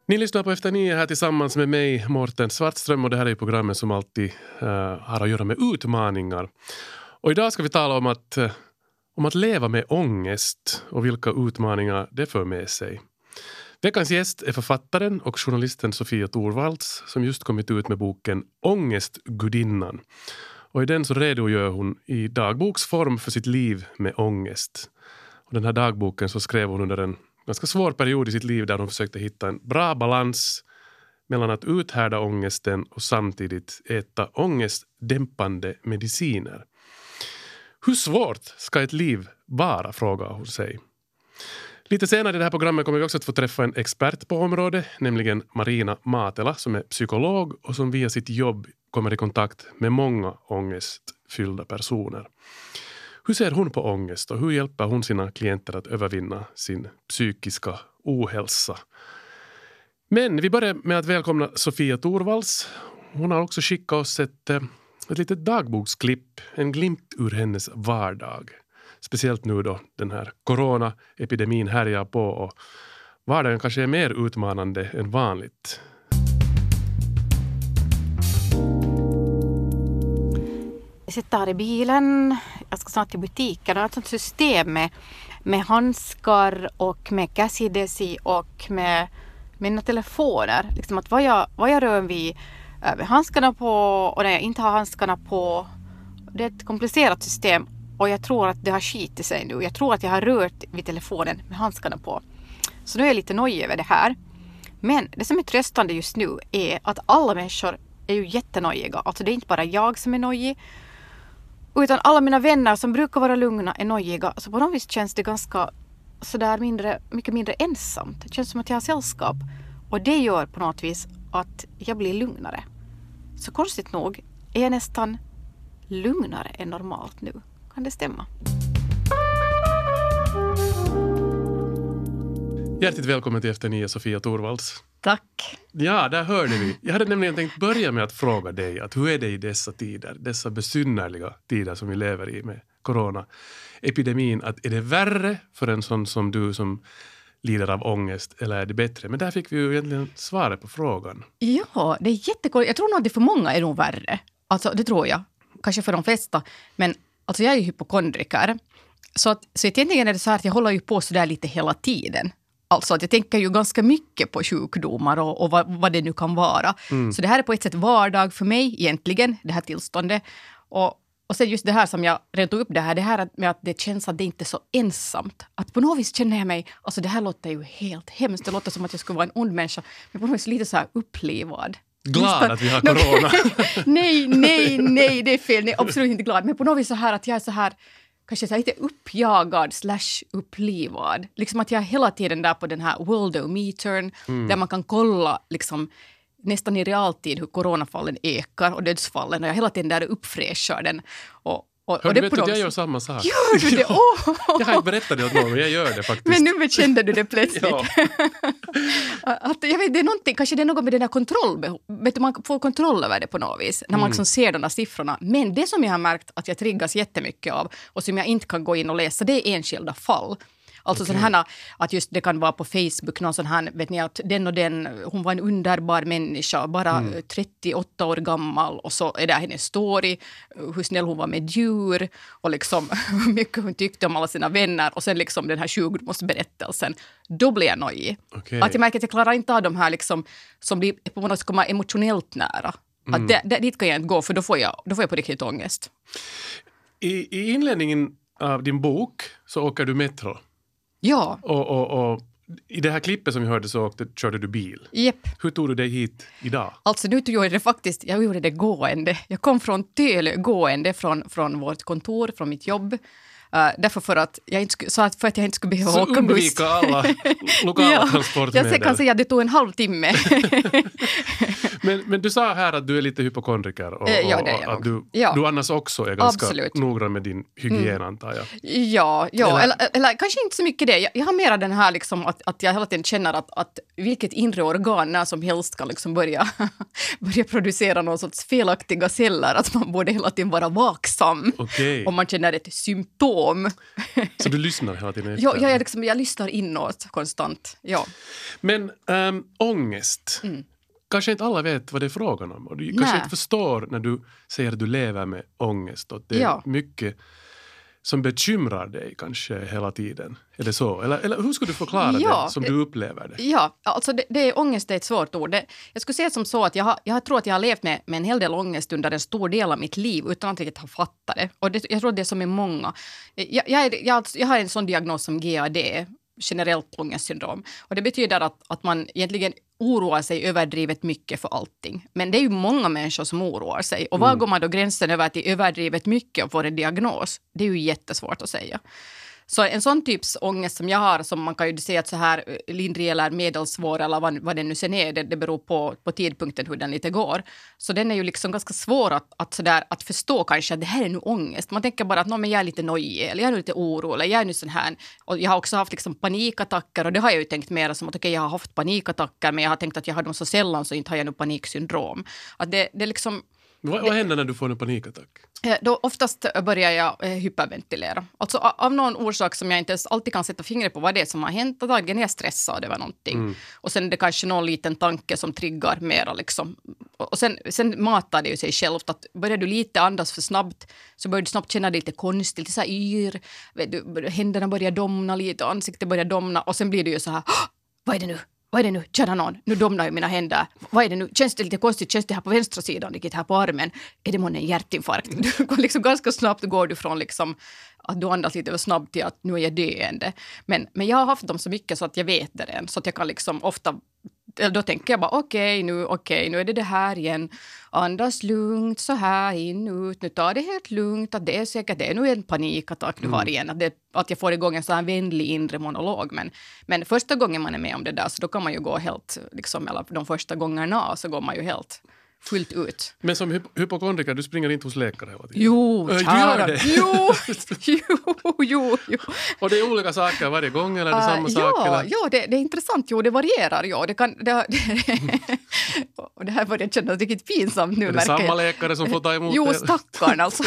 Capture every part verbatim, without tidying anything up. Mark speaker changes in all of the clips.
Speaker 1: Ni lyssnar på Efter nio här tillsammans med mig, Mårten Svartström, och det här är programmet som alltid uh, har att göra med utmaningar. Och idag ska vi tala om att, uh, om att leva med ångest och vilka utmaningar det för med sig. Veckans gäst är författaren och journalisten Sofia Torvalds som just kommit ut med boken Ångestgudinnan. Och i den så redogör hon i dagboksform för sitt liv med ångest. Och den här dagboken så skrev hon under en ganska svår period i sitt liv där hon försökte hitta en bra balans mellan att uthärda ångesten och samtidigt äta ångestdämpande mediciner. Hur svårt ska ett liv vara, frågar hon sig. Lite senare i det här programmet kommer vi också att få träffa en expert på området, nämligen Marina Matela som är psykolog och som via sitt jobb kommer i kontakt med många ångestfyllda personer. Hur ser hon på ångest och hur hjälper hon sina klienter att övervinna sin psykiska ohälsa? Men vi börjar med att välkomna Sofia Torvalds. Hon har också skickat oss ett, ett litet dagboksklipp, en glimt ur hennes vardag. Speciellt nu då den här coronaepidemin härjar på och vardagen kanske är mer utmanande än vanligt.
Speaker 2: Jag sitter här i bilen, jag ska snart till butiken. Jag har ett sånt system med, med handskar och med Cassidesi och med mina telefoner. Liksom att vad jag, vad jag rör vid med handskarna på och när jag inte har handskarna på. Det är ett komplicerat system och jag tror att det har skitit sig nu. Jag tror att jag har rört vid telefonen med handskarna på. Så nu är jag lite nöjd över det här. Men det som är tröstande just nu är att alla människor är ju jättenöjiga. Alltså det är inte bara jag som är nöjig. Utan alla mina vänner som brukar vara lugna är nojiga. Så på något vis känns det ganska sådär mindre, mycket mindre ensamt. Det känns som att jag har sällskap. Och det gör på något vis att jag blir lugnare. Så konstigt nog är jag nästan lugnare än normalt nu. Kan det stämma?
Speaker 1: Hjärtligt välkommen till Efter nio, Sofia Torvalds.
Speaker 2: Tack.
Speaker 1: Ja, där hörde vi. Jag hade nämligen tänkt börja med att fråga dig att hur är det i dessa tider, dessa besynnerliga tider som vi lever i med coronaepidemin, att är det värre för en sån som du som lider av ångest eller är det bättre? Men där fick vi ju egentligen svaret på frågan.
Speaker 2: Ja, det är jättekul. Jag tror nog att det för många är nog värre. Alltså det tror jag. Kanske för de flesta. Men alltså jag är ju hypokondriker. Så, att, så egentligen är det så här att jag håller ju på så där lite hela tiden. Alltså att jag tänker ju ganska mycket på sjukdomar och, och vad, vad det nu kan vara. Mm. Så det här är på ett sätt vardag för mig egentligen, det här tillståndet. Och, och sen just det här som jag redan tog upp det här, det här med att det känns att det inte är så ensamt. Att på något vis känner jag mig, alltså det här låter ju helt hemskt. Det låter som att jag skulle vara en ond människa. Men på något vis lite så här upplivad.
Speaker 1: Glad att, att vi har corona.
Speaker 2: nej, nej, nej, det är fel. Nej, absolut inte glad. Men på något vis så här att jag är så här... Kanske så lite uppjagad slash upplivad. Liksom att jag är hela tiden där på den här worldometern. Mm. Där man kan kolla liksom, nästan i realtid hur coronafallen ökar och dödsfallen. Och jag är hela tiden där och uppfräschar den. Och, och,
Speaker 1: Hör
Speaker 2: och
Speaker 1: du
Speaker 2: det
Speaker 1: vet att jag gör samma sak?
Speaker 2: Gör du det? Oh.
Speaker 1: Jag har inte berättat det åt någon, men jag gör det faktiskt.
Speaker 2: Men nu bekände du det plötsligt.
Speaker 1: Ja.
Speaker 2: Att, jag vet, det är någonting, kanske det är något med den här kontroll. Vet du, man får kontroll över det på något vis. När man
Speaker 1: mm.
Speaker 2: liksom ser de där siffrorna. Men det som jag har märkt att jag triggas jättemycket av och som jag inte kan gå in och läsa, det är enskilda fall. Alltså okay. sån här, att just det kan vara på Facebook någon sån här, vet ni att den och den, hon var en underbar människa, bara mm. trettioåtta år gammal och så är det hennes story, hur snäll hon var med djur och liksom hur mycket hon tyckte om alla sina vänner och sen liksom den här sjukdomsberättelsen. Då blir jag nöjd. Okay. Att jag märker att jag klarar inte av de här liksom, som blir på något sätt komma emotionellt nära. Mm. Att det, det, dit kan jag inte gå för då får jag, då får jag på riktigt ångest.
Speaker 1: I, I inledningen av din bok så åker du metro.
Speaker 2: Ja.
Speaker 1: Och, och, och i det här klippet som vi hörde så åkte, körde du bil.
Speaker 2: Yep.
Speaker 1: Hur tog du dig hit idag?
Speaker 2: Alltså nu tog jag det faktiskt, jag gjorde det gående. Jag kom från Tölö gående från, från vårt kontor, från mitt jobb. Uh, därför för att, jag inte skulle, så att, för att jag inte skulle behöva
Speaker 1: så
Speaker 2: åka buss. Så
Speaker 1: undvika alla lokala ja, transportmedel.
Speaker 2: Jag kan säga att det tog en halvtimme.
Speaker 1: men Men, men du sa här att du är lite hypokondriker och,
Speaker 3: Eh, ja, det är
Speaker 1: och
Speaker 3: jag
Speaker 1: att
Speaker 3: nog.
Speaker 1: du,
Speaker 3: Ja.
Speaker 1: du annars också är ganska
Speaker 3: Absolut.
Speaker 1: noggrann med din hygien, antar jag.
Speaker 3: Ja, ja.
Speaker 1: Eller-
Speaker 3: Eller, eller, kanske inte så mycket det. Jag, jag har mera den här liksom att, att jag hela tiden känner att, att vilket inre organ när som helst kan liksom börja, börja producera någon sorts felaktiga celler. Att man borde hela tiden vara vaksam
Speaker 1: Okej.
Speaker 3: om man känner ett symptom.
Speaker 1: Så du lyssnar hela tiden efter.
Speaker 3: Ja, jag, är liksom, jag lyssnar inåt konstant. Ja.
Speaker 1: Men ähm, ångest. Kanske inte alla vet vad det är frågan om. Och du kanske
Speaker 3: Nej.
Speaker 1: inte förstår när du säger att du lever med ångest. Och det är
Speaker 3: Ja.
Speaker 1: mycket som bekymrar dig kanske hela tiden. Är det så? Eller, eller hur skulle du förklara
Speaker 3: Ja,
Speaker 1: det som du upplever det?
Speaker 3: Ja, alltså det, det är ångest är ett svårt ord. Det, jag skulle säga som så att jag, har, jag tror att jag har levt med, med en hel del ångest under en stor del av mitt liv utan att riktigt ha fattat det. Och det, jag tror det är som är många. Jag, jag, är, jag, jag har en sån diagnos som G A D, generellt ångestsyndrom. Och det betyder att, att man egentligen oroar sig överdrivet mycket för allting. Men det är ju många människor som oroar sig. Och var går man då gränsen över till överdrivet mycket och får en diagnos? Det är ju jättesvårt att säga. Så en sån typs ångest som jag har, som man kan ju säga att så här lindrig eller medelsvår eller vad, vad det nu sen är, det, det beror på, på tidpunkten hur den lite går. Så den är ju liksom ganska svår att, att, så där, att förstå kanske att det här är nu ångest. Man tänker bara att men jag är lite nojig eller jag är lite orolig eller jag är nu sån här. Och jag har också haft liksom panikattacker och det har jag ju tänkt mer som att okej, jag har haft panikattacker men jag har tänkt att jag har dem så sällan så inte har jag nu paniksyndrom. Att det, det är liksom...
Speaker 1: Vad, vad händer när du får en panikattack?
Speaker 3: Eh, Då oftast börjar jag eh, hyperventilera. Alltså a- av någon orsak som jag inte ens alltid kan sätta fingret på vad det är som har hänt. Dagen är jag stressad över någonting. Mm. Och sen är det kanske någon liten tanke som triggar mera liksom. Och och sen, sen matar det ju sig självt att börjar du lite andas för snabbt så börjar du snabbt känna dig lite konstigt, lite så här yr. Vet du, händerna börjar domna lite, ansiktet börjar domna och sen blir det ju så här, vad är det nu? Vad är det nu? Kära någon, nu domnar ju mina händer. Vad är det nu? Känns det lite konstigt? Känns det här på vänstra sidan, vilket här på armen? Är det månne en hjärtinfarkt? Du går liksom ganska snabbt går du från liksom att du andas lite för snabbt till att nu är jag döende. Men, men jag har haft dem så mycket så att jag vet det redan. Så att jag kan liksom ofta, då tänker jag bara okej, okay, nu, okay, nu är det det här igen. Andas lugnt, så här in, ut. Nu tar det helt lugnt. Att det är säkert, det är nu en panikattack du har igen. Att, det, att jag får igång en sån här vänlig inre monolog. Men, men första gången man är med om det där så då kan man ju gå helt, liksom, eller de första gångerna så går man ju helt fullt ut.
Speaker 1: Men som hyp- hypokondriker, du springer inte hos läkare hela tiden?
Speaker 3: Jo,
Speaker 1: Äh,
Speaker 3: kära.
Speaker 1: det?
Speaker 3: Jo, jo, jo, jo.
Speaker 1: Och det är olika saker varje gång eller är det samma
Speaker 3: Uh,
Speaker 1: sak?
Speaker 3: ja,
Speaker 1: Eller?
Speaker 3: ja det, det är intressant. Jo, det varierar. Ja. Det, kan, det, det, och det här börjar kännas riktigt pinsamt nu.
Speaker 1: Är det
Speaker 3: märker
Speaker 1: samma
Speaker 3: jag.
Speaker 1: läkare som får ta emot
Speaker 3: Jo,
Speaker 1: det?
Speaker 3: stackarn alltså.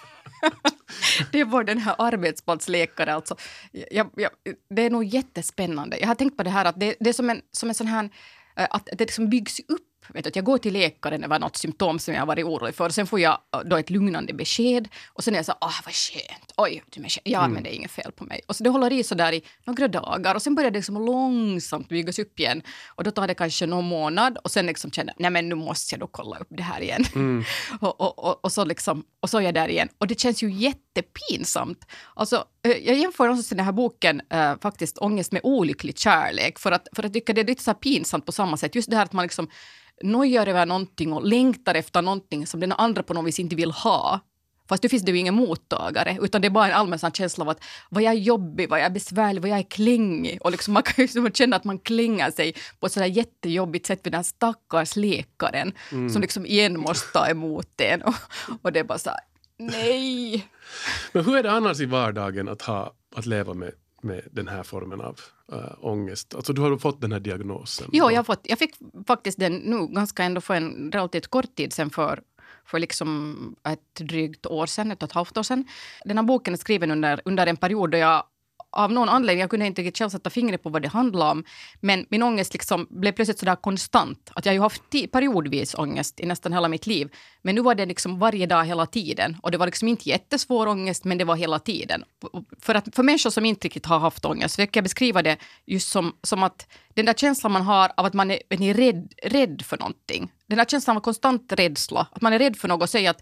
Speaker 3: Det var den här arbetsplatsläkare alltså. Jag, jag, det är nog jättespännande. Jag har tänkt på det här att det, det är som en, som en sån här, att det liksom byggs upp. Vet du, att jag går till läkaren över något symptom som jag har varit orolig för. Sen får jag då ett lugnande besked. Och sen är jag så ah vad skönt. Oj, du är ja mm. men det är inget fel på mig. Och så det håller i så där i några dagar. Och sen börjar det liksom långsamt byggas upp igen. Och då tar det kanske någon månad. Och sen liksom känner nej men nu måste jag då kolla upp det här igen. Mm. och, och, och, och, så liksom, och så är jag där igen. Och det känns ju jättepinsamt. Alltså, jag jämför också den här boken äh, faktiskt Ångest med olycklig kärlek. För att, för att tycka det är lite så här pinsamt på samma sätt. Just det här att man liksom nojar över någonting och längtar efter någonting som den andra på något vis inte vill ha. Fast det finns det ju ingen mottagare, utan det är bara en allmän sån känsla av att vad jag är jobbig, vad jag är besvärlig, vad jag är klängig. Och liksom man kan ju känna att man klänger sig på ett sådär jättejobbigt sätt vid den stackars läkaren mm. som liksom igen måste ta emot en. Och, och det är bara så här, nej.
Speaker 1: Men hur är det annars i vardagen att, ha, att leva med, med den här formen av äh, ångest? Alltså du har fått den här diagnosen.
Speaker 3: Jo, jag, har fått, jag fick faktiskt den nu ganska ändå för en relativt kort tid sedan för för liksom ett drygt år sedan, ett och ett halvt år sedan. Den här boken är skriven under, under en period då jag av någon anledning, jag kunde inte riktigt själv sätta fingret på vad det handlade om, men min ångest liksom blev plötsligt sådär konstant. Att jag har ju haft t- periodvis ångest i nästan hela mitt liv, men nu var det liksom varje dag hela tiden. Och det var liksom inte jättesvår ångest, men det var hela tiden. För, att, för människor som inte riktigt har haft ångest, så jag kan beskriva det just som, som att den där känslan man har av att man är, är rädd, rädd för någonting. Den där känslan av konstant rädsla, att man är rädd för något och säger att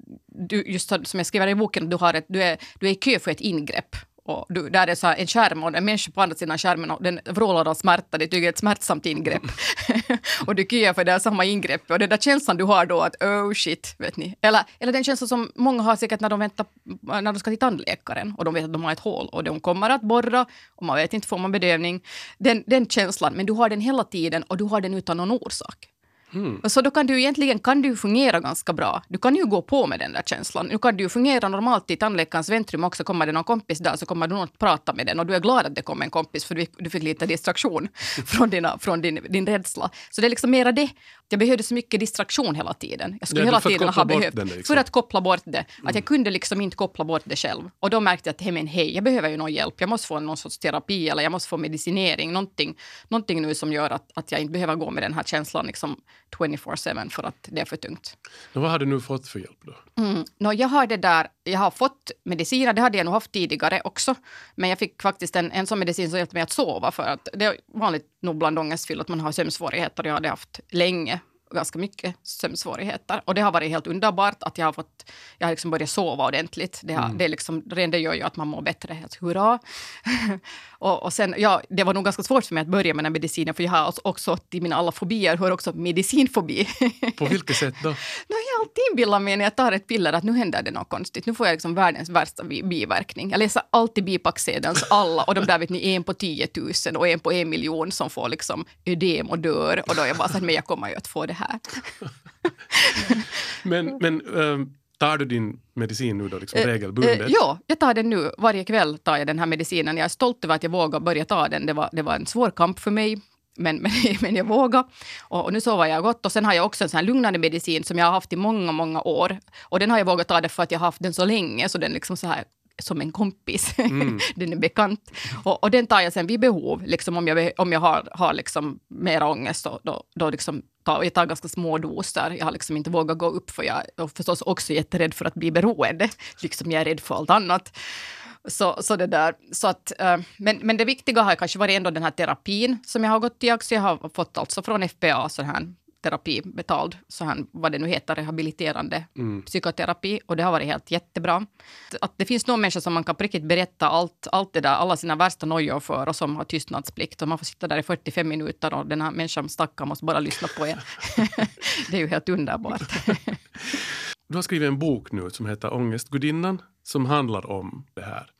Speaker 3: du, just som jag skriver i boken, du, har ett, du, är, du är i kö för ett ingrepp. Och du, där är så en skärm och en människa på andra sidan skärmen och den vrålar av smärta. Det är ett smärtsamt ingrepp. Och du köar för det är samma ingrepp. Och den där känslan du har då att oh shit, vet ni. Eller, eller den känslan som många har säkert när de väntar, när de ska till tandläkaren och de vet att de har ett hål och de kommer att borra och man vet inte, får man bedövning. Den, den känslan, men du har den hela tiden och du har den utan någon orsak.
Speaker 1: Mm.
Speaker 3: Och så då kan du egentligen kan du fungera ganska bra. Du kan ju gå på med den där känslan. Nu kan du ju fungera normalt i tandläkarens väntrum också. Kommer det någon kompis där så kommer du nog att prata med den. Och du är glad att det kom en kompis för du, du fick lite distraktion från, dina, från din, din rädsla. Så det är liksom mera det. Jag behövde så mycket distraktion hela tiden. Jag skulle
Speaker 1: ja,
Speaker 3: hela
Speaker 1: för
Speaker 3: tiden ha behövt.
Speaker 1: Liksom.
Speaker 3: För att koppla bort det. Att jag kunde liksom inte koppla bort det själv. Och då märkte jag att hey, men hej, jag behöver ju någon hjälp. Jag måste få någon sorts terapi eller jag måste få medicinering. Någonting, någonting nu som gör att, att jag inte behöver gå med den här känslan liksom tjugofyra sju för att det är för tungt.
Speaker 1: Och vad har du nu fått för hjälp då?
Speaker 3: Mm. No, jag har det där, jag har fått mediciner, det hade jag nog haft tidigare också. Men jag fick faktiskt en, en sån medicin som hjälpte mig att sova för att det är vanligt nog bland ångestfyll att man har sömnsvårigheter. Jag hade haft länge ganska mycket sömnsvårigheter. Och det har varit helt underbart att jag har fått, jag har liksom börjat sova ordentligt. Det, har, mm. det, är liksom, det gör ju att man mår bättre. Helt hurra. och, och sen, ja, det var nog ganska svårt för mig att börja med den här medicinen för jag har också till mina alla fobier hör också medicinfobi.
Speaker 1: På vilket sätt då?
Speaker 3: No, jag har alltid inbillat mig när jag tar ett piller att nu händer det något konstigt. Nu får jag liksom världens värsta biverkning. Jag läser alltid bipacksedelns alla och de där vet ni en på tio tusen och en på en miljon som får liksom ödem och dör. Och då är jag bara så att men jag kommer ju att få det här.
Speaker 1: men men ähm, tar du din medicin nu då liksom regelbundet?
Speaker 3: Uh, uh, ja, jag tar den nu. Varje kväll tar jag den här medicinen. Jag är stolt över att jag vågar börja ta den. Det var, det var en svår kamp för mig. Men, men, men jag vågar. Och, och nu sover jag gott. Och sen har jag också en sån här lugnande medicin som jag har haft i många, många år. Och den har jag vågat ta det för att jag har haft den så länge. Så den liksom så här som en kompis. Mm. Den är bekant. Och, och den tar jag sen vid behov. Liksom om jag, om jag har, har liksom mer ångest så då, då liksom tar, jag tar ganska små doser. Jag har liksom inte vågat gå upp för jag är förstås också jätterädd för att bli beroende. Liksom jag är rädd för allt annat. Så, så det där. Så att, äh, men, men det viktiga har kanske varit ändå den här terapin som jag har gått i. Så jag har fått alltså från F P A så här terapi betald, så här, vad det nu heter, rehabiliterande mm. psykoterapi. Och det har varit helt jättebra. Att det finns någon människa som man kan på riktigt berätta allt, allt det där, alla sina värsta nojor för och som har tystnadsplikt. Och man får sitta där i fyrtiofem minuter och den här människan stackar måste bara lyssna på er. Det är ju helt underbart.
Speaker 1: Du har skrivit en bok nu som heter Ångestgudinnan som handlar om det här.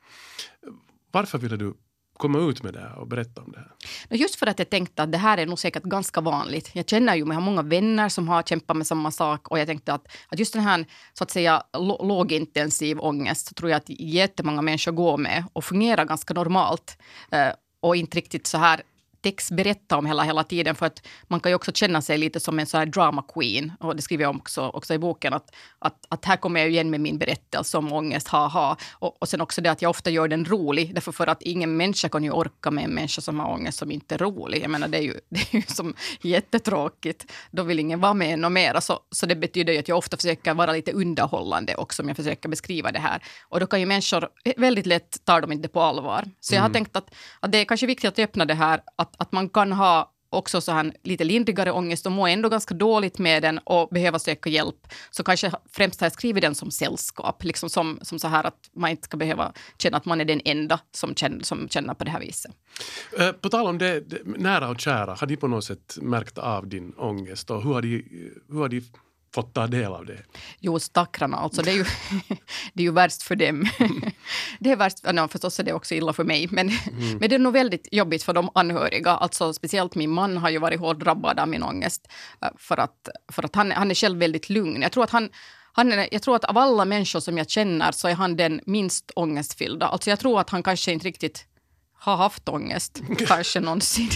Speaker 1: Varför ville du komma ut med det här och berätta om det här?
Speaker 3: Just för att jag tänkte att det här är nog säkert ganska vanligt. Jag känner ju, jag har många vänner som har kämpat med samma sak och jag tänkte att, att just den här så att säga lågintensiv ångest så tror jag att jättemånga människor går med och fungerar ganska normalt eh, och inte riktigt så här text berätta om hela, hela tiden för att man kan ju också känna sig lite som en sån här drama queen och det skriver jag också, också i boken att, att, att här kommer jag igen med min berättelse om ångest, haha och, och sen också det att jag ofta gör den rolig därför för att ingen människa kan ju orka med en människa som har ångest som inte är rolig, jag menar det är ju, det är ju som jättetråkigt, då vill ingen vara med ännu mer så, så det betyder ju att jag ofta försöker vara lite underhållande också om jag försöker beskriva det här och då kan ju människor väldigt lätt ta dem inte på allvar så jag har mm. tänkt att, att det är kanske viktigt att öppna det här att Att man kan ha också så här lite lindrigare ångest och må ändå ganska dåligt med den och behöva söka hjälp. Så kanske främst har jag skrivit den som sällskap. Liksom som, som så här att man inte ska behöva känna att man är den enda som känner, som känner på det här viset.
Speaker 1: Uh, på tal om det, det, nära och kära, har de på något sätt märkt av din ångest och hur har de, hur har de fått ta del av det?
Speaker 3: Jo, stackarna. Alltså det är ju, det är ju värst för dem. Det är värst, no, förstås är det också illa för mig. Men, mm. men det är nog väldigt jobbigt för de anhöriga. Alltså speciellt min man har ju varit hårt drabbad av min ångest. För att, för att han, han är själv väldigt lugn. Jag tror att han Han är, jag tror att av alla människor som jag känner så är han den minst ångestfyllda. Alltså jag tror att han kanske inte riktigt har haft ångest. Kanske någonsin.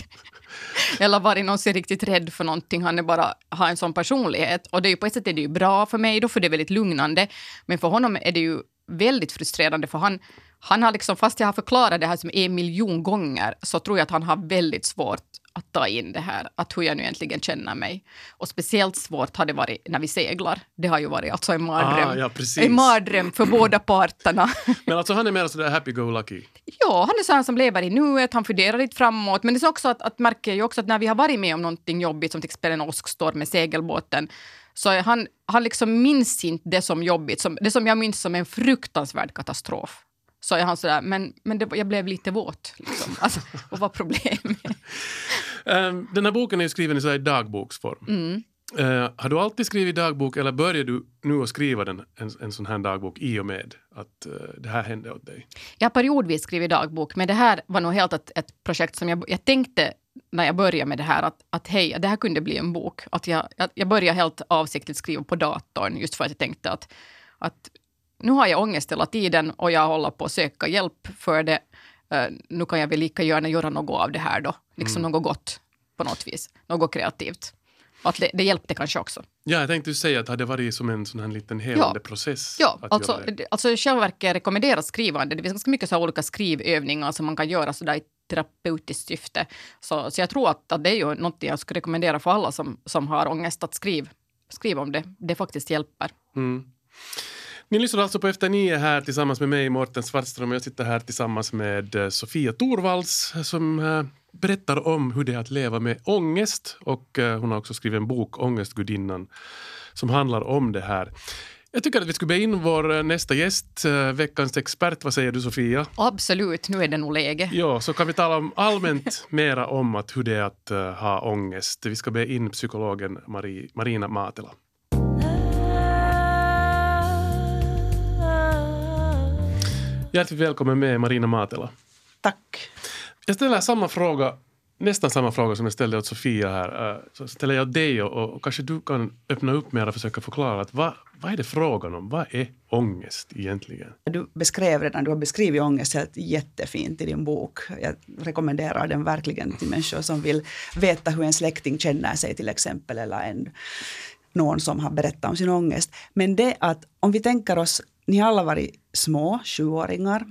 Speaker 3: Eller varit någonsin riktigt rädd för någonting. Han är bara har en sån personlighet. Och det är ju på ett sätt är det ju bra för mig då, för det är väldigt lugnande. Men för honom är det ju väldigt frustrerande. För han, han har liksom, fast jag har förklarat det här som en miljon gånger, så tror jag att han har väldigt svårt att ta in det här. Att hur jag nu egentligen känner mig. Och speciellt svårt har det varit när vi seglar. Det har ju varit alltså en mardröm.
Speaker 1: Ah, ja,
Speaker 3: en mardröm för båda parterna.
Speaker 1: Men alltså han är mer sådär happy-go-lucky?
Speaker 3: Ja, han är sån som lever i nuet. Han funderar lite framåt. Men det är också att, att märker ju också att när vi har varit med om någonting jobbigt, som till exempel en åskstorm med segelbåten, så är han, han liksom minns inte det som jobbigt. Som, det som jag minns som en fruktansvärd katastrof. Så är han sådär, men, men det, jag blev lite våt. Liksom. Alltså, vad var problemet?
Speaker 1: um, den här boken är skriven i så här dagboksform.
Speaker 3: Mm.
Speaker 1: Uh, har du alltid skrivit dagbok eller börjar du nu att skriva den, en, en sån här dagbok i och med att uh, det här hände åt dig?
Speaker 3: Jag har periodvis skrivit dagbok, men det här var nog helt ett, ett projekt som jag, jag tänkte när jag började med det här att, att hej, det här kunde bli en bok. Att jag, att jag började helt avsiktligt skriva på datorn just för att jag tänkte att, att nu har jag ångest hela tiden och jag håller på att söka hjälp för det. Uh, nu kan jag väl lika gärna göra något av det här då. Liksom mm. något gott på något vis. Något kreativt. Och att det, det hjälpte kanske också.
Speaker 1: Ja, jag tänkte säga att det hade varit som en sån här liten helande ja. process.
Speaker 3: Ja,
Speaker 1: att
Speaker 3: alltså, det. alltså i själva verket rekommenderas skrivande. Det finns ganska mycket så olika skrivövningar som man kan göra så där i terapeutiskt syfte. Så, så jag tror att, att det är ju något jag skulle rekommendera för alla som, som har ångest att skriva skriv om det. Det faktiskt hjälper.
Speaker 1: Mm. Ni lyssnar alltså på Efter nio här tillsammans med mig, Mårten Svartström, och jag sitter här tillsammans med Sofia Torvalds som äh, berättar om hur det är att leva med ångest, och äh, hon har också skrivit en bok, Ångestgudinnan, som handlar om det här. Jag tycker att vi skulle be in vår nästa gäst, äh, veckans expert. Vad säger du, Sofia?
Speaker 3: Absolut, nu är det nog läge.
Speaker 1: Ja, så kan vi tala om allmänt mera om att hur det är att äh, ha ångest. Vi ska be in psykologen Marie, Marina Matela. Hjärtligt välkommen med, Marina Matela.
Speaker 4: Tack.
Speaker 1: Jag ställer samma fråga, nästan samma fråga som jag ställde åt Sofia här. Så ställer jag dig och, och kanske du kan öppna upp mer och försöka förklara att vad, vad är det frågan om? Vad är ångest egentligen?
Speaker 4: Du beskrev redan, du har beskrivit ångest helt jättefint i din bok. Jag rekommenderar den verkligen till människor som vill veta hur en släkting känner sig till exempel, eller en, någon som har berättat om sin ångest. Men det att om vi tänker oss, ni har alla varit små, sjuåringar.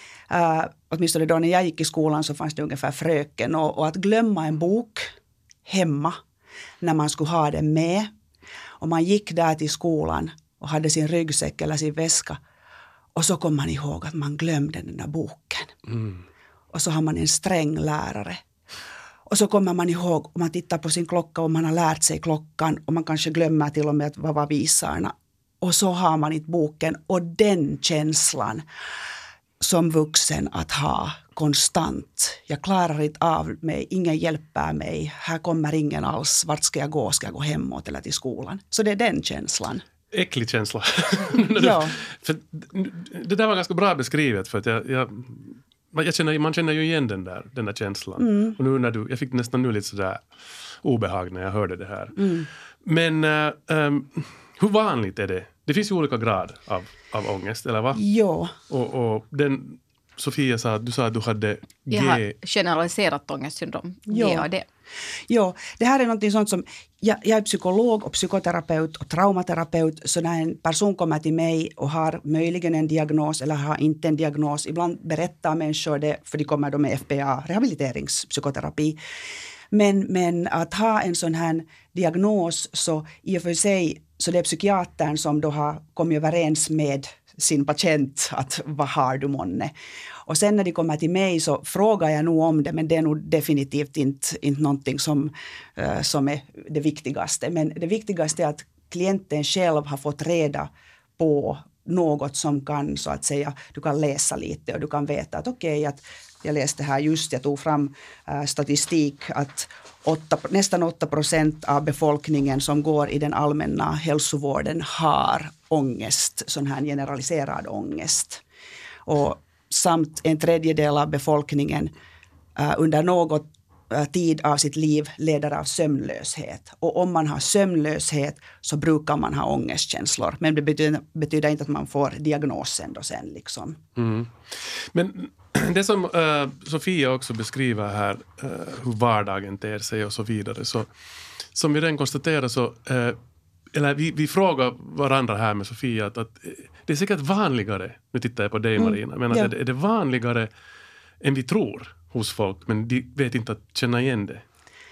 Speaker 4: Uh, åtminstone då när jag gick i skolan så fanns det ungefär fröken. Och, och att glömma en bok hemma när man skulle ha den med. Och man gick där till skolan och hade sin ryggsäck eller sin väska. Och så kom man ihåg att man glömde den där boken. Mm. Och så har man en sträng lärare. Och så kommer man ihåg, om man tittar på sin klocka och man har lärt sig klockan. Och man kanske glömmer till och med att vad var visarna. Och så har man inte boken, och den känslan som vuxen att ha konstant. Jag klarar inte av mig, ingen hjälper mig, här kommer ingen alls, vart ska jag gå, ska jag gå hemåt eller till skolan. Så det är den känslan.
Speaker 1: Äcklig känsla.
Speaker 4: Ja.
Speaker 1: För det där var ganska bra beskrivet, för att jag, jag, jag känner, man känner ju igen den där, den där känslan. Mm. Och nu när du, jag fick nästan nu lite sådär obehag när jag hörde det här. Mm. Men äh, ähm, hur vanligt är det? Det finns ju olika grad av, av ångest, eller va?
Speaker 4: Ja.
Speaker 1: Och, och den, Sofia sa att du sa att du hade G...
Speaker 3: Jag har generaliserat ångestsyndrom,
Speaker 4: ja.
Speaker 3: G A D.
Speaker 4: Ja, det här är något sånt som, jag, jag är psykolog och psykoterapeut och traumaterapeut, så när en person kommer till mig och har möjligen en diagnos eller har inte en diagnos, ibland berättar människor det, för de kommer då med F P A, rehabiliteringspsykoterapi. Men, men att ha en sån här diagnos, så i och för sig så det är psykiatern som då har kommit överens med sin patient att vad har du månne. Och sen när de kommer till mig så frågar jag nog om det, men det är nog definitivt inte, inte någonting som, uh, som är det viktigaste. Men det viktigaste är att klienten själv har fått reda på något som kan, så att säga, du kan läsa lite och du kan veta att okej, okay, att jag läste här just, jag tog fram uh, statistik att åtta, nästan åtta procent av befolkningen som går i den allmänna hälsovården har ångest, sån här generaliserad ångest. Och samt en tredjedel av befolkningen uh, under något uh, tid av sitt liv leder av sömnlöshet. Och om man har sömnlöshet så brukar man ha ångestkänslor. Men det betyder, betyder inte att man får diagnosen då sen liksom.
Speaker 1: Mm. Men det som uh, Sofia också beskriver här, uh, hur vardagen ter sig och så vidare, så som vi redan konstaterar så, uh, eller vi, vi frågar varandra här med Sofia att, att det är säkert vanligare, nu tittar jag på dig Marina, men att
Speaker 4: ja.
Speaker 1: är, det, är det vanligare än vi tror hos folk, men de vet inte att känna igen det.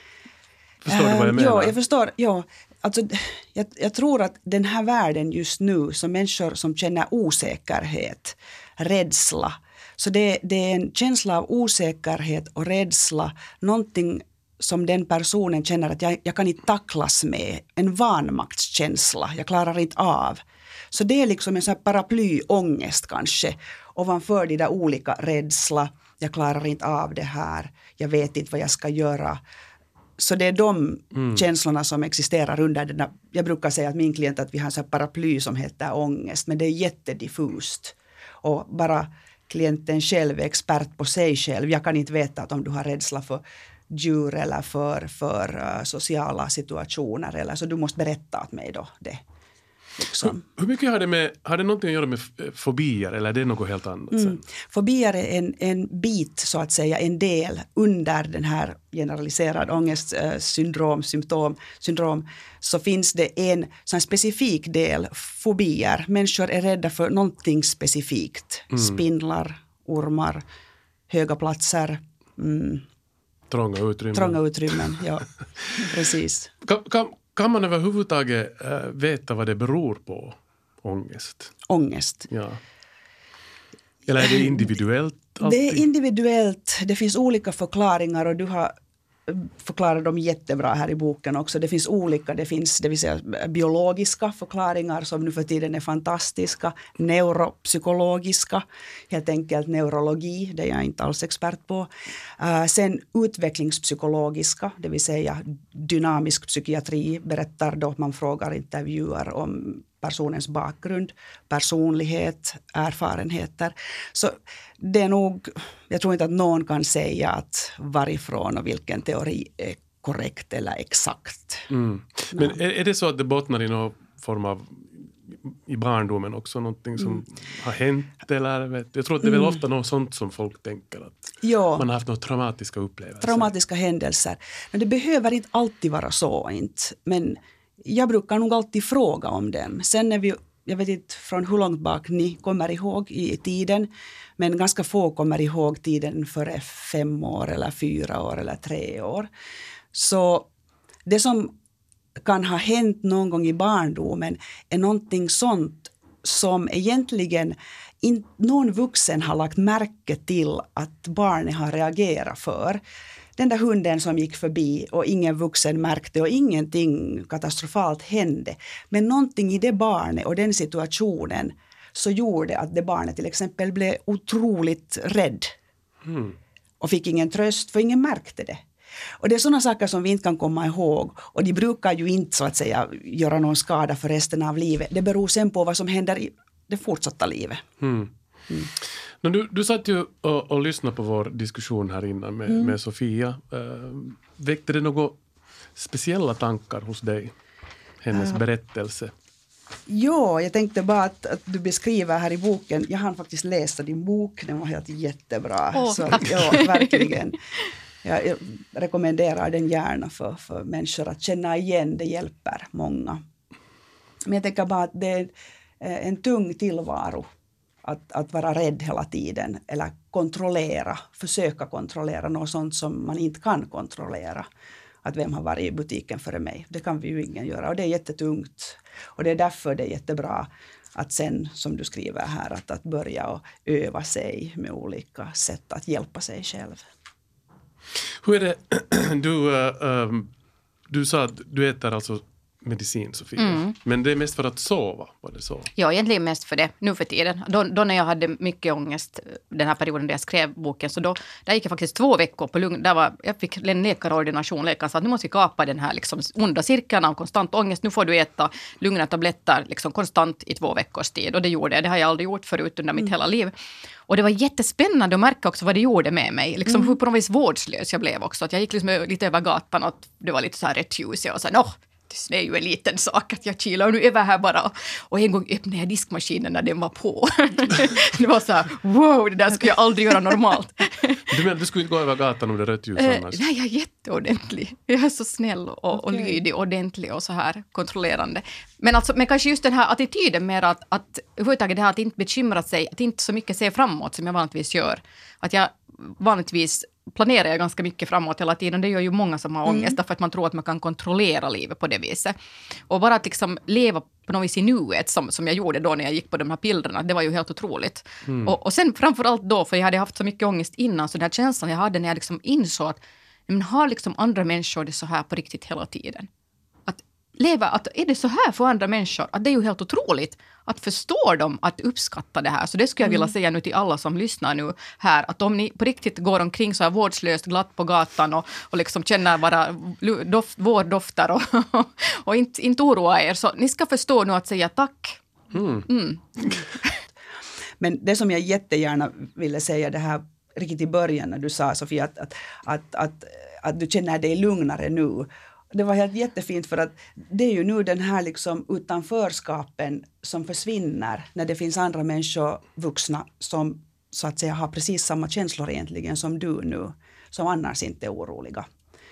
Speaker 1: Förstår uh, du vad jag menar?
Speaker 4: Ja, jag förstår, ja. Alltså, jag, jag tror att den här världen just nu, som människor som känner osäkerhet, rädsla, så det, det är en känsla av osäkerhet och rädsla, någonting som den personen känner att jag, jag kan inte tacklas med, en vanmaktskänsla, jag klarar inte av. Så det är liksom en sån här paraplyångest kanske, ovanför de där olika rädsla, jag klarar inte av det här, jag vet inte vad jag ska göra. Så det är de mm. känslorna som existerar under den där, jag brukar säga att min klient att vi har en sån här paraply som heter ångest, men det är jättediffust. Och bara klienten själv är expert på sig själv. Jag kan inte veta att om du har rädsla för djur eller för, för uh, sociala situationer. Eller, så du måste berätta åt mig då det. Liksom.
Speaker 1: Hur, hur mycket har det med, har det någonting att göra med fobier eller är det något helt annat?
Speaker 4: Mm. Fobier är en, en bit, så att säga, en del under den här generaliserad ångestsyndrom, symptom, syndrom, så finns det en sån specifik del, fobier. Människor är rädda för någonting specifikt. Mm. Spindlar, ormar, höga platser, mm.
Speaker 1: trånga utrymmen.
Speaker 4: Trånga utrymmen, ja, precis.
Speaker 1: Kan, kan, kan man överhuvudtaget äh, veta vad det beror på, ångest?
Speaker 4: Ångest?
Speaker 1: Ja. Eller är det individuellt? Alltid?
Speaker 4: Det är individuellt. Det finns olika förklaringar och du har förklarat dem jättebra här i boken också. Det finns olika, det finns det vill säga biologiska förklaringar som nu för tiden är fantastiska, neuropsykologiska, helt enkelt neurologi, det är jag inte alls expert på. Uh, sen utvecklingspsykologiska, det vill säga dynamisk psykiatri, berättar då att man frågar intervjuer om personens bakgrund, personlighet, erfarenheter. Så det är nog, jag tror inte att någon kan säga att varifrån och vilken teori är korrekt eller exakt.
Speaker 1: Mm. Men är, är det så att det bottnar i någon form av i barndomen också någonting som mm. har hänt eller vet, jag tror att det är väl ofta något sånt som folk tänker att ja. Man har haft några traumatiska upplevelser.
Speaker 4: Traumatiska händelser. Men det behöver inte alltid vara så inte, men jag brukar nog alltid fråga om dem. Sen när vi, jag vet inte från hur långt bak ni kommer ihåg i tiden, men ganska få kommer ihåg tiden före fem år eller fyra år eller tre år. Så det som kan ha hänt någon gång i barndomen är någonting sånt som egentligen inte någon vuxen har lagt märke till att barnet har reagerat för. Den där hunden som gick förbi och ingen vuxen märkte och ingenting katastrofalt hände. Men någonting i det barnet och den situationen så gjorde att det barnet till exempel blev otroligt rädd. Mm. Och fick ingen tröst för ingen märkte det. Och det är sådana saker som vi inte kan komma ihåg. Och de brukar ju inte så att säga göra någon skada för resten av livet. Det beror sen på vad som händer i det fortsatta livet. Mm.
Speaker 1: Mm. Men du, du satt ju och, och lyssnade på vår diskussion här innan med, mm. med Sofia. Uh, väckte det några speciella tankar hos dig? Hennes uh. berättelse?
Speaker 4: Ja, jag tänkte bara att, att du beskriver här i boken. Jag hann faktiskt läsa din bok. Den var helt jättebra.
Speaker 3: Oh,
Speaker 4: så, ja, verkligen. Jag, jag rekommenderar den gärna för, för människor att känna igen. Det hjälper många. Men jag tänker bara att det är en tung tillvaro. Att, att vara rädd hela tiden eller kontrollera, försöka kontrollera något sånt som man inte kan kontrollera. Att vem har varit i butiken före mig, det kan vi ju ingen göra och det är jättetungt. Och det är därför det är jättebra att sen, som du skriver här, att, att börja och öva sig med olika sätt att hjälpa sig själv.
Speaker 1: Hur är det, du, uh, um, du sa att du äter alltså medicin, Sofia. Mm. Men det är mest för att sova, var det så?
Speaker 3: Ja, egentligen mest för det, nu för tiden. Då, då när jag hade mycket ångest, den här perioden där jag skrev boken, så då där gick jag faktiskt två veckor på lugn. Där var, jag fick en läkarordination, läkaren sa att nu måste vi kapa den här liksom onda cirkeln av konstant ångest. Nu får du äta lugna tabletter liksom konstant i två veckors tid. Och det gjorde jag, det har jag aldrig gjort förut under mitt mm. hela liv. Och det var jättespännande att märka också vad det gjorde med mig. Liksom mm. hur på något vis vårdslös jag blev också. Att jag gick liksom lite över gatan och det var lite så här rätt ljus. Och så här, åh, det är ju en liten sak att jag kilar nu över här bara. Och en gång öppnade jag diskmaskinen när den var på. Det var så här, wow, det där skulle jag aldrig göra normalt.
Speaker 1: Du menar, du skulle inte gå över gatan om det är rött ljus annars?
Speaker 3: Nej, jag är jätteordentlig. Jag är så snäll och, och lydig, ordentlig och så här kontrollerande. Men, alltså, men kanske just den här attityden mer att, att överhuvudtaget det här att inte bekymra sig, att inte så mycket se framåt som jag vanligtvis gör. Att jag vanligtvis planerar jag ganska mycket framåt hela tiden. Det gör ju många som har ångest mm. därför att man tror att man kan kontrollera livet på det viset. Och bara att liksom leva på något vis i nuet som, som jag gjorde då när jag gick på de här pillerna, det var ju helt otroligt. Mm. Och, och sen framförallt då, för jag hade haft så mycket ångest innan, så den här känslan jag hade när jag liksom insåg att men har liksom andra människor det så här på riktigt hela tiden? Att leva, att är det så här för andra människor? Att det är ju helt otroligt att förstå dem, att uppskatta det här. Så det skulle jag vilja mm. säga nu till alla som lyssnar nu här, att om ni på riktigt går omkring så här vårdslöst glatt på gatan och, och liksom känner bara doft, vårdoftar och, och inte, inte oroa er, så ni ska förstå nu att säga tack. Mm. Mm.
Speaker 4: Men det som jag jättegärna ville säga det här riktigt i början när du sa, Sofia, att, att, att, att att du känner dig lugnare nu. Det var helt jättefint för att det är ju nu den här liksom utanförskapen som försvinner när det finns andra människor, vuxna, som så att säga har precis samma känslor egentligen som du nu, som annars inte är oroliga.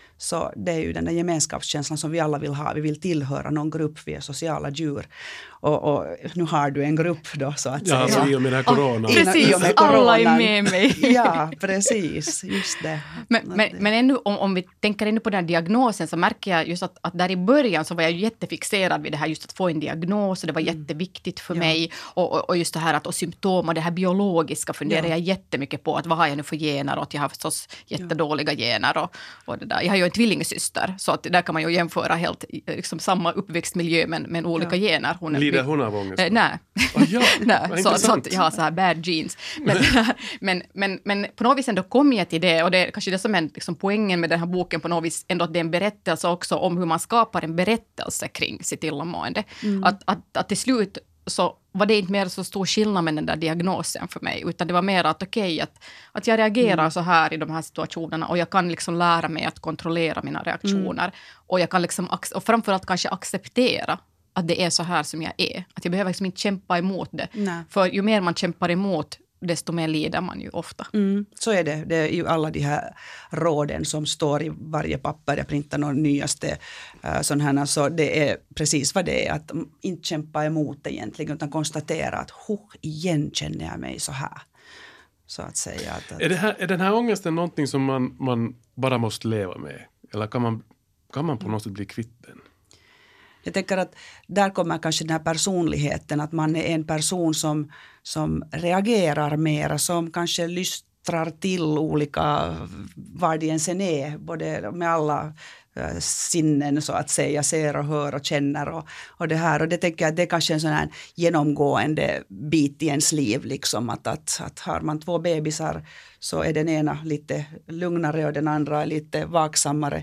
Speaker 4: Så det är ju den där gemenskapskänslan som vi alla vill ha. Vi vill tillhöra någon grupp, vi är sociala djur. Och, och nu har du en grupp då så att
Speaker 1: ja,
Speaker 4: säga.
Speaker 1: alltså, i och med den här coronan.
Speaker 3: Oh, precis,
Speaker 4: med
Speaker 3: alla är med mig.
Speaker 4: Ja, precis, just det.
Speaker 3: Men, men, men ännu, om, om vi tänker ännu på den här diagnosen så märker jag just att, att där i början så var jag jättefixerad vid det här just att få en diagnos och det var mm. jätteviktigt för ja. mig och, och, och just det här att och symptom och det här biologiska funderar ja. jag jättemycket på att vad har jag nu för gener och att jag har förstås jättedåliga ja. gener och, och det där. Jag har ju en tvillingsyster så att där kan man ju jämföra helt liksom samma uppväxtmiljö men, men olika ja. gener. Hon är
Speaker 1: Lider hon av ångest?
Speaker 3: Äh, nej.
Speaker 1: Oh, ja.
Speaker 3: nej så, så att jag har så här bad genes. Men, men, men, men på något vis ändå kom jag till det och det är kanske det som är liksom poängen med den här boken på något vis ändå att det är en berättelse också om hur man skapar en berättelse kring sitt illamående. Mm. Att, att, att till slut så var det inte mer så stor skillnad med den där diagnosen för mig utan det var mer att okej okay, att, att jag reagerar mm. så här i de här situationerna och jag kan liksom lära mig att kontrollera mina reaktioner mm. och jag kan liksom och framförallt kanske acceptera att det är så här som jag är. Att jag behöver liksom inte kämpa emot det. Nej. För ju mer man kämpar emot desto mer lider man ju ofta.
Speaker 4: Mm, så är det. Det är ju alla de här råden som står i varje papper. Jag printar någon nyaste uh, sån här. Så det är precis vad det är. Att inte kämpa emot det egentligen utan konstatera att huh, igen känner jag mig så här. Så att säga. Att, att...
Speaker 1: Är, det här, är den här ångesten någonting som man, man bara måste leva med? Eller kan man, kan man på något sätt bli kvitt den?
Speaker 4: Jag tänker att där kommer kanske den här personligheten, att man är en person som, som reagerar mer, som kanske lystrar till olika, var det ens är, både med alla äh, sinnen så att säga, ser och hör och känner och, och det här. Och det tänker jag att det är kanske en sån här genomgående bit i ens liv, liksom att, att, att har man två bebisar så är den ena lite lugnare och den andra lite vaksammare.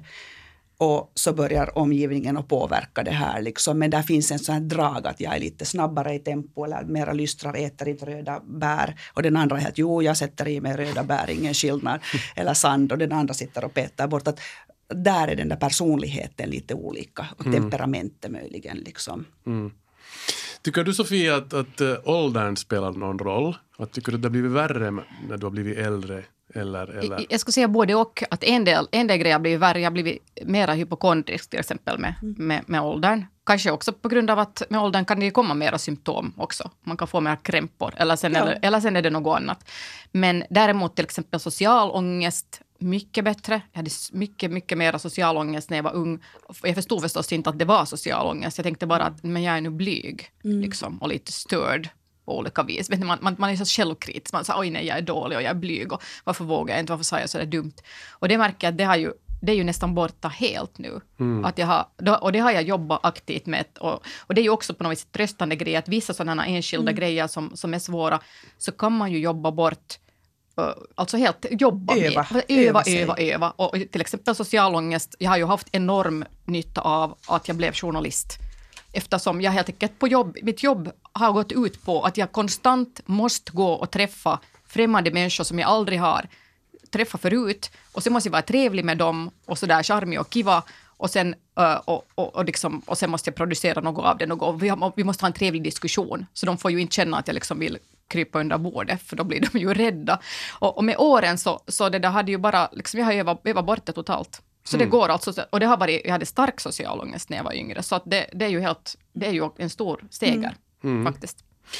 Speaker 4: Och så börjar omgivningen att påverka det här. Liksom. Men där finns en sån här drag att jag är lite snabbare i tempo eller mera lystrar, äter inte röda bär. Och den andra är att jo, jag sätter i mig röda bär, ingen skillnad. Eller sand och den andra sitter och petar bort. Att där är den där personligheten lite olika. Och mm. temperamentet möjligen. Liksom.
Speaker 1: Mm. Tycker du Sofia att, att uh, åldern spelar någon roll? Att tycker du att det har blivit värre när du har blivit äldre? Eller, eller.
Speaker 3: Jag skulle säga både och att en del, en del grejer har blivit värre. Jag har blivit mera hypokondrisk till exempel med, mm. med, med åldern. Kanske också på grund av att med åldern kan det komma mera symptom också. Man kan få mer krämpor eller sen, ja. eller, eller sen är det något annat. Men däremot till exempel social ångest mycket bättre. Jag hade mycket, mycket mera social ångest när jag var ung. Jag förstod förstås inte att det var social ångest. Jag tänkte bara att men jag är nu blyg mm. liksom, och lite störd. På olika vis. Man, man, man är så självkritisk. Man säger oj nej jag är dålig och jag är blyg och varför vågar jag inte, varför sa jag så där dumt. Och det märker jag att det, har ju, det är ju nästan borta helt nu. Mm. Att jag har, och det har jag jobbat aktivt med. Och, och det är ju också på något vis tröstande grej att vissa sådana enskilda mm. grejer som, som är svåra så kan man ju jobba bort. Alltså helt jobba
Speaker 4: öva,
Speaker 3: med. Öva, öva, öva, öva. Och till exempel social ångest. Jag har ju haft enorm nytta av att jag blev journalist. Eftersom jag helt enkelt på jobb, mitt jobb har gått ut på att jag konstant måste gå och träffa främmande människor som jag aldrig har träffat förut. Och sen måste jag vara trevlig med dem och sådär charmig och kiva. Och sen, och, och, och, liksom, och sen måste jag producera något av det. Något. Vi, har, vi måste ha en trevlig diskussion. Så de får ju inte känna att jag liksom vill krypa under bordet. För då blir de ju rädda. Och, och med åren så, så det där hade ju bara, liksom, jag har övat, övat bort det totalt. Så mm. det går alltså, och det har varit, jag hade stark social ångest när jag var yngre. Så att det, det är ju helt, det är ju en stor stegar mm. faktiskt.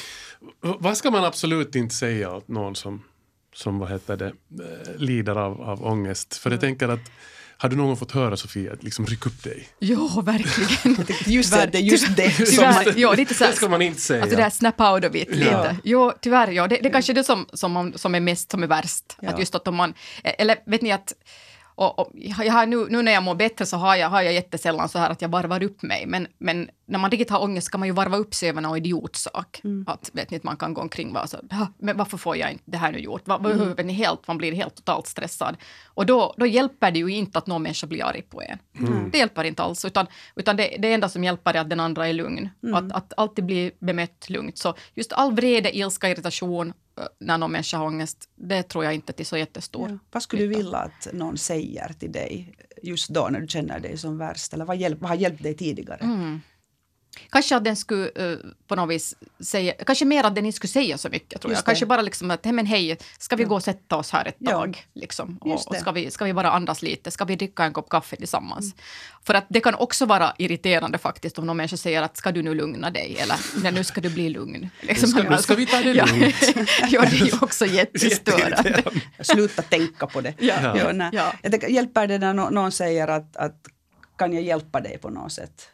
Speaker 1: Vad ska man absolut inte säga åt någon som, som vad heter det, lider av, av ångest? För jag tänker att, har du någon fått höra Sofia att liksom rycka upp dig?
Speaker 3: Ja, verkligen.
Speaker 4: Just det, det är just det.
Speaker 3: Tyvärr, ja, lite så här,
Speaker 1: det ska man inte säga.
Speaker 3: Alltså det här snap out of it lite. Ja. Jo, tyvärr, ja. Det, det är kanske det som, som, man, som är mest, som är värst. Ja. Att just att om man, eller vet ni att Och, och jag har nu, nu när jag mår bättre så har jag, har jag jättesällan så här att jag varvar upp mig. Men, men när man riktigt har ångest kan man ju varva upp sig över någon idiotsak. Mm. Att vet ni, man kan gå omkring och vara så, men varför får jag inte det här nu gjort? Var, mm. vet ni, helt, man blir helt totalt stressad. Och då, då hjälper det ju inte att någon människa blir arg på en. Mm. Det hjälper inte alls. Utan, utan det, det enda som hjälper är att den andra är lugn. Mm. Att, att alltid bli bemött lugnt. Så just all vrede, ilska, irritation, när någon människa har ångest, det tror jag inte till så jättestor.
Speaker 4: Ja. Vad skulle
Speaker 3: nytta.
Speaker 4: du vilja att någon säger till dig just då när du känner dig som värst? Eller vad, hjälp, vad har hjälpt dig tidigare?
Speaker 3: Mm. Kanske att den skulle uh, på något vis säga, kanske mer att den inte skulle säga så mycket, tror jag. Kanske bara liksom att, men hej, ska vi ja. gå och sätta oss här ett
Speaker 4: ja.
Speaker 3: tag? Liksom, och, och ska, vi, ska vi bara andas lite? Ska vi dricka en kopp kaffe tillsammans? Mm. För att det kan också vara irriterande faktiskt om någon människa säger att ska du nu lugna dig? Eller nej, nu ska du bli lugn. Liksom,
Speaker 1: ska, alltså, ska vi ta det lugnt?
Speaker 3: Ja, det är ju också jättestörande.
Speaker 4: Sluta tänka på det.
Speaker 3: Ja.
Speaker 4: Ja. Ja, nej. Ja. Jag tänker, hjälper det när någon säger att, att kan jag hjälpa dig på något sätt?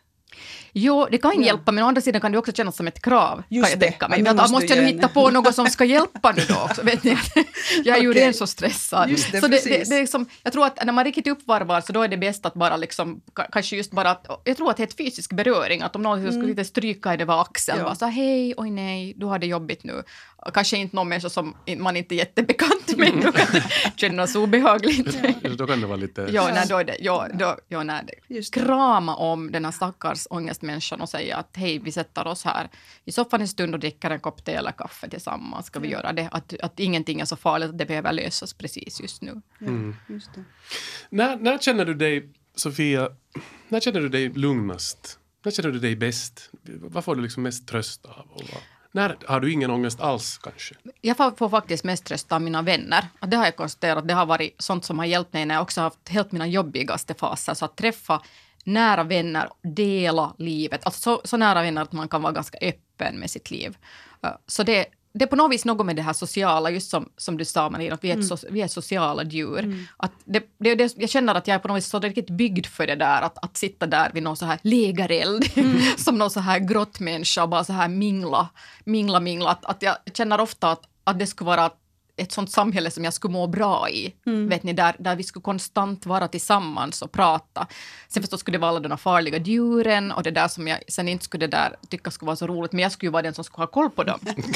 Speaker 3: Jo, det kan
Speaker 4: ja.
Speaker 3: hjälpa, men å andra sidan kan det också kännas som ett krav.
Speaker 4: Just
Speaker 3: kan jag
Speaker 4: det.
Speaker 3: tänka mig. Men måste, måste jag nu hitta på något som ska hjälpa nu då också? Vet ni? Jag är ju okay. redan så stressad.
Speaker 4: Just det,
Speaker 3: så det,
Speaker 4: det,
Speaker 3: det är liksom, jag tror att när man riktigt uppvarvar så då är det bäst att bara liksom, kanske just bara att, jag tror att det är ett fysisk beröring, att om någon mm. skulle lite stryka i det var axeln, ja. bara så hej, oj nej, du har det jobbigt nu. Kanske inte någon människa som man inte är jättebekant med, då kan det kännas obehagligt.
Speaker 1: Ja. Då kan det vara lite...
Speaker 3: Ja, nej, då är det, ja, då, ja, nej, det. Krama om den här stackars ångestmänniskan och säga att hej, vi sätter oss här i soffan en stund och dricker en kopp te eller kaffe tillsammans. Ska vi mm. göra det? Att, att ingenting är så farligt, att det behöver lösas precis just nu.
Speaker 4: Mm. Just det.
Speaker 1: När, när känner du dig, Sofia, när känner du dig lugnast? När känner du dig bäst? Vad får du liksom mest tröst av? Och vad? När har du ingen ångest alls kanske?
Speaker 3: Jag får, får faktiskt mest tröst av mina vänner. Och det har jag konstaterat. Det har varit sånt som har hjälpt mig när jag också har haft helt mina jobbigaste faser. Så att träffa nära vänner, dela livet. Alltså så, så nära vänner att man kan vara ganska öppen med sitt liv. Så det, det är på något vis något med det här sociala, just som, som du sa Maria, att vi är, mm. so, vi är sociala djur. Mm. Att det, det, det, jag känner att jag är på något vis så riktigt byggd för det där, att, att sitta där vid någon så här lägereld, mm. som någon så här grottmänniska och bara så här mingla, mingla, mingla. Att, att jag känner ofta att, att det skulle vara ett sånt samhälle som jag skulle må bra i. Mm. Vet ni, där, där vi skulle konstant vara tillsammans och prata. Sen förstås skulle det vara alla de här farliga djuren och det där som jag sen inte skulle det där tycka skulle vara så roligt. Men jag skulle ju vara den som skulle ha koll på dem.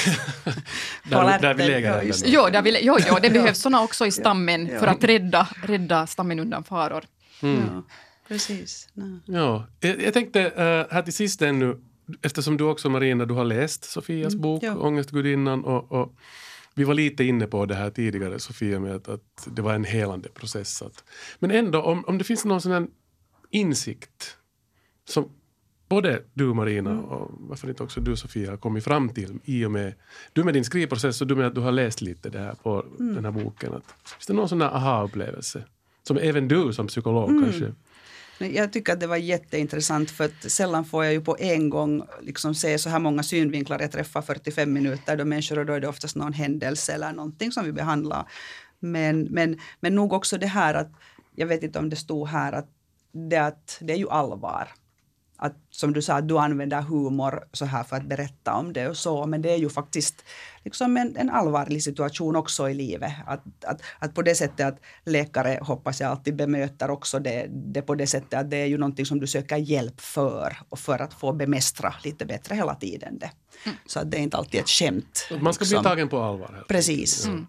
Speaker 1: där, där vi lägger
Speaker 3: ja, jo, där vi, jo, jo, det behövs såna också i stammen ja. för att rädda, rädda stammen undan faror.
Speaker 4: Mm. Ja, precis. No.
Speaker 1: Ja, jag, jag tänkte uh, här till sist ännu, eftersom du också Marina, du har läst Sofias mm. bok, ja. Ångestgudinnan och, och vi var lite inne på det här tidigare, Sofia, med att, att det var en helande process. Att, men ändå, om, om det finns någon sån här insikt som både du, Marina, mm. och varför inte också du, Sofia, har kommit fram till i och med, du med din skrivprocess och du med att du har läst lite det här på mm. den här boken. Att, finns det någon sån här aha-upplevelse som även du som psykolog mm. kanske?
Speaker 4: Jag tycker att det var jätteintressant för att sällan får jag ju på en gång liksom se så här många synvinklar. Jag träffar fyrtiofem minuter då människor och då är det oftast någon händelse eller någonting som vi behandlar. Men, men, men nog också det här att, jag vet inte om det stod här, att det, att det är ju allvar. Att, som du sa, att du använder humor så här för att berätta om det och så. Men det är ju faktiskt liksom en, en allvarlig situation också i livet. Att, att, att på det sättet att läkare, hoppas jag, alltid bemöter också det, det på det sättet att det är ju någonting som du söker hjälp för. Och för att få bemästra lite bättre hela tiden det. Mm. Så att det är inte alltid ett skämt.
Speaker 1: Man ska
Speaker 4: liksom.
Speaker 1: bli tagen på allvar.
Speaker 4: Precis.
Speaker 3: Mm.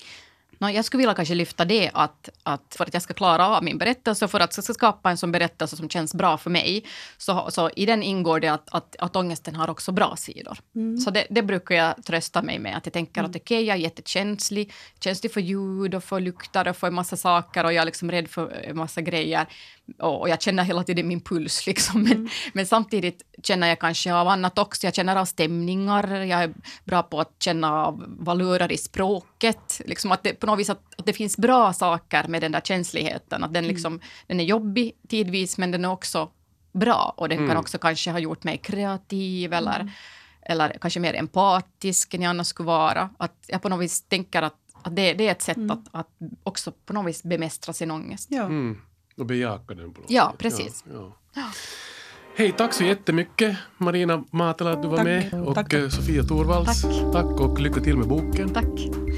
Speaker 3: No, jag skulle vilja kanske lyfta det att, att för att jag ska klara av min berättelse, för att jag ska skapa en sån berättelse som känns bra för mig, så, så i den ingår det att, att, att ångesten har också bra sidor. Mm. Så det, det brukar jag trösta mig med, att jag tänker mm. att okej, okay, jag är jättekänslig, känslig för ljud och för lukter och för en massa saker och jag är liksom rädd för en massa grejer och, och jag känner hela tiden min puls liksom, men, mm. men samtidigt känner jag kanske av annat också, jag känner av stämningar, jag är bra på att känna av valörer i språket, liksom att det på något vis att, att det finns bra saker med den där känsligheten, att den liksom, mm. den är jobbig tidvis men den är också bra och den mm. kan också kanske ha gjort mig kreativ eller, mm. eller kanske mer empatisk än jag annars skulle vara, att jag på något vis tänker att, att det, det är ett sätt mm. att, att också på något vis bemästra sin ångest.
Speaker 4: Ja.
Speaker 1: Mm. Och bejaka den på något
Speaker 3: Ja,
Speaker 1: sätt.
Speaker 3: precis.
Speaker 1: Ja, ja.
Speaker 3: Ja.
Speaker 1: Hej, tack så jättemycket Marina Matela att du var
Speaker 4: tack.
Speaker 1: med och
Speaker 4: tack.
Speaker 1: Sofia Torvalds.
Speaker 3: Tack.
Speaker 1: tack och lycka till med boken.
Speaker 3: Tack.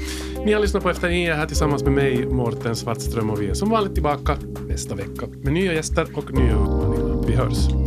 Speaker 1: Ni har lyssnat på Efter nio här tillsammans med mig, Mårten Svartström, och vi är som vanligt tillbaka nästa vecka med nya gäster och nya utmaningar. Vi hörs.